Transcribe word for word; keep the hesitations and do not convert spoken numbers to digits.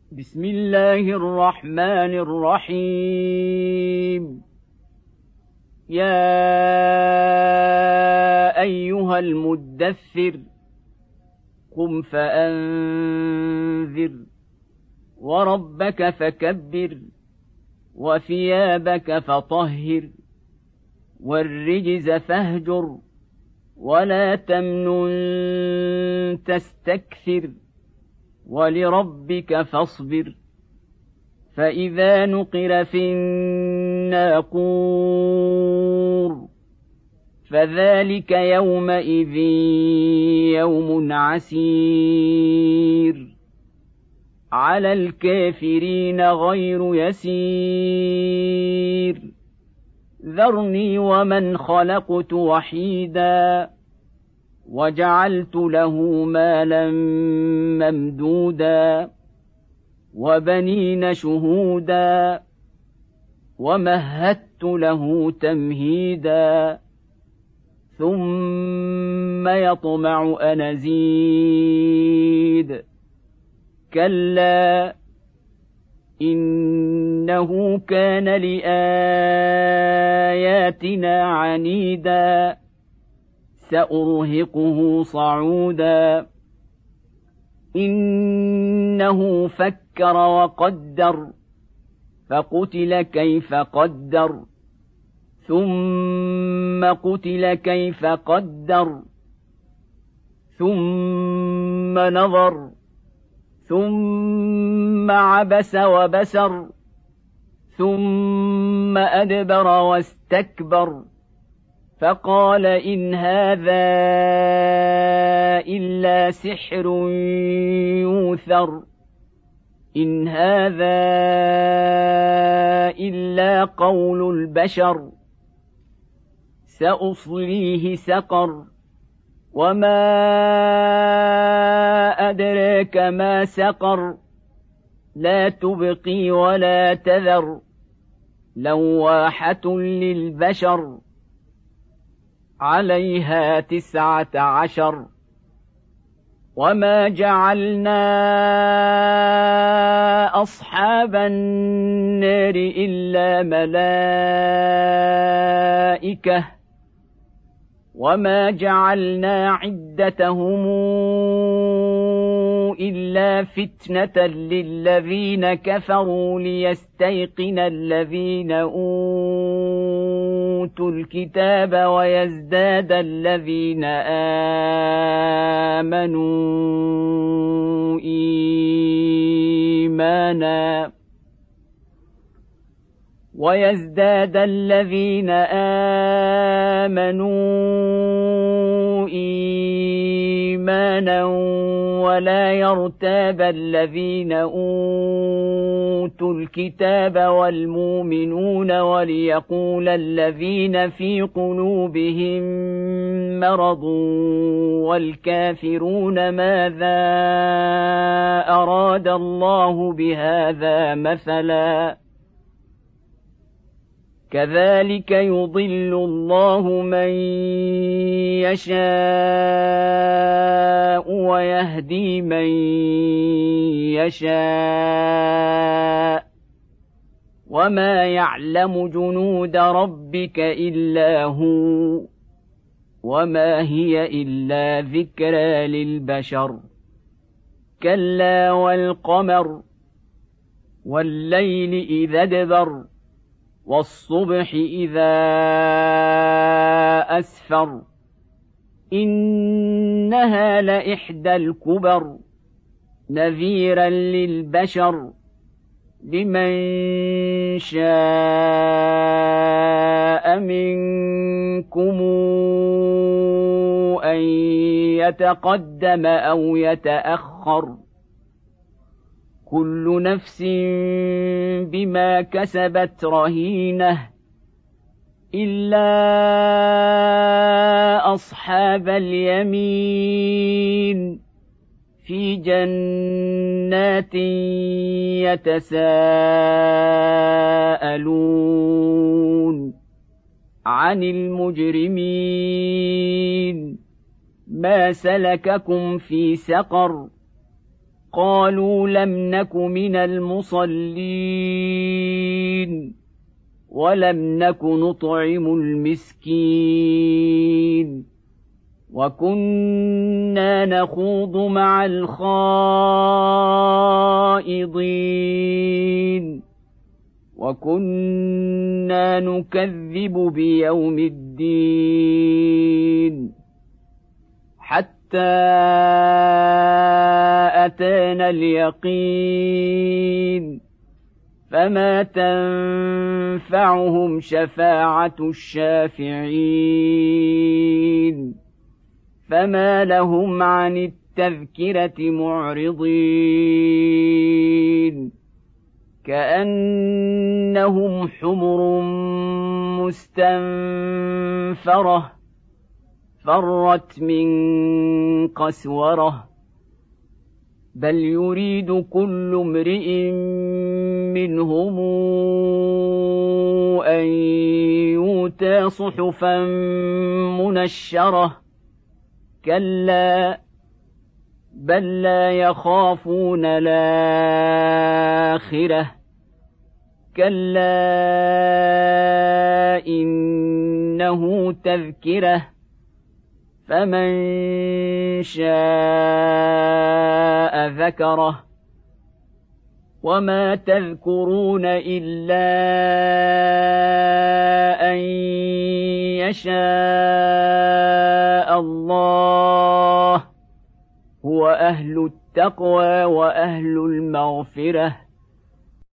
بسم الله الرحمن الرحيم. يا أيها المدثر قم فأنذر وربك فكبر وثيابك فطهر والرجز فاهجر ولا تمنن تستكثر ولربك فاصبر. فإذا نقر في الناقور فذلك يومئذ يوم عسير على الكافرين غير يسير. ذرني ومن خلقت وحيدا وجعلت له مالا ممدودا وبنين شهودا ومهدت له تمهيدا ثم يطمع أن أزيد. كلا إنه كان لآياتنا عنيدا سأرهقه صعودا. إنه فكر وقدر فقتل كيف قدر ثم قتل كيف قدر ثم نظر ثم عبس وبسر ثم أدبر واستكبر فقال إن هذا إلا سحر يوثر إن هذا إلا قول البشر سأصليه سقر وما أدراك ما سقر لا تبقي ولا تذر لواحة للبشر عليها تسعة عشر. وما جعلنا أصحاب النار إلا ملائكة وما جعلنا عدتهم إلا فتنة للذين كفروا ليستيقن الذين أوتوا الكتاب ويزداد الذين آمنوا إيمانا ويزداد الذين آمنوا إيمانا ولا يرتاب الذين أوتوا الكتاب والمؤمنون وليقول الذين في قلوبهم مرض والكافرون ماذا أراد الله بهذا مثلا كذلك يضل الله من يشاء ويهدي من يشاء وما يعلم جنود ربك إلا هو وما هي إلا ذكرى للبشر. كلا والقمر والليل إذا ادبر والصبح إذا أسفر إنها لإحدى الكبر نذيرا للبشر لمن شاء منكم أن يتقدم أو يتأخر كل نفس بما كسبت رهينة إلا أصحاب اليمين في جنات يتساءلون عن المجرمين ما سلككم في سقر قالوا لم نك من المصلين ولم نك نطعم المسكين وكنا نخوض مع الخائضين وكنا نكذب بيوم الدين حتى أتانا اليقين فما تنفعهم شفاعة الشافعين فما لهم عن التذكرة معرضين كأنهم حمر مستنفرة فرت من قسورة بل يريد كل امرئ منهم أن يؤتى صحفا منشرة كلا بل لا يخافون الآخرة كلا إنه تذكرة فمن شاء ذكره وما تذكرون إلا أن يشاء الله هو أهل التقوى وأهل المغفرة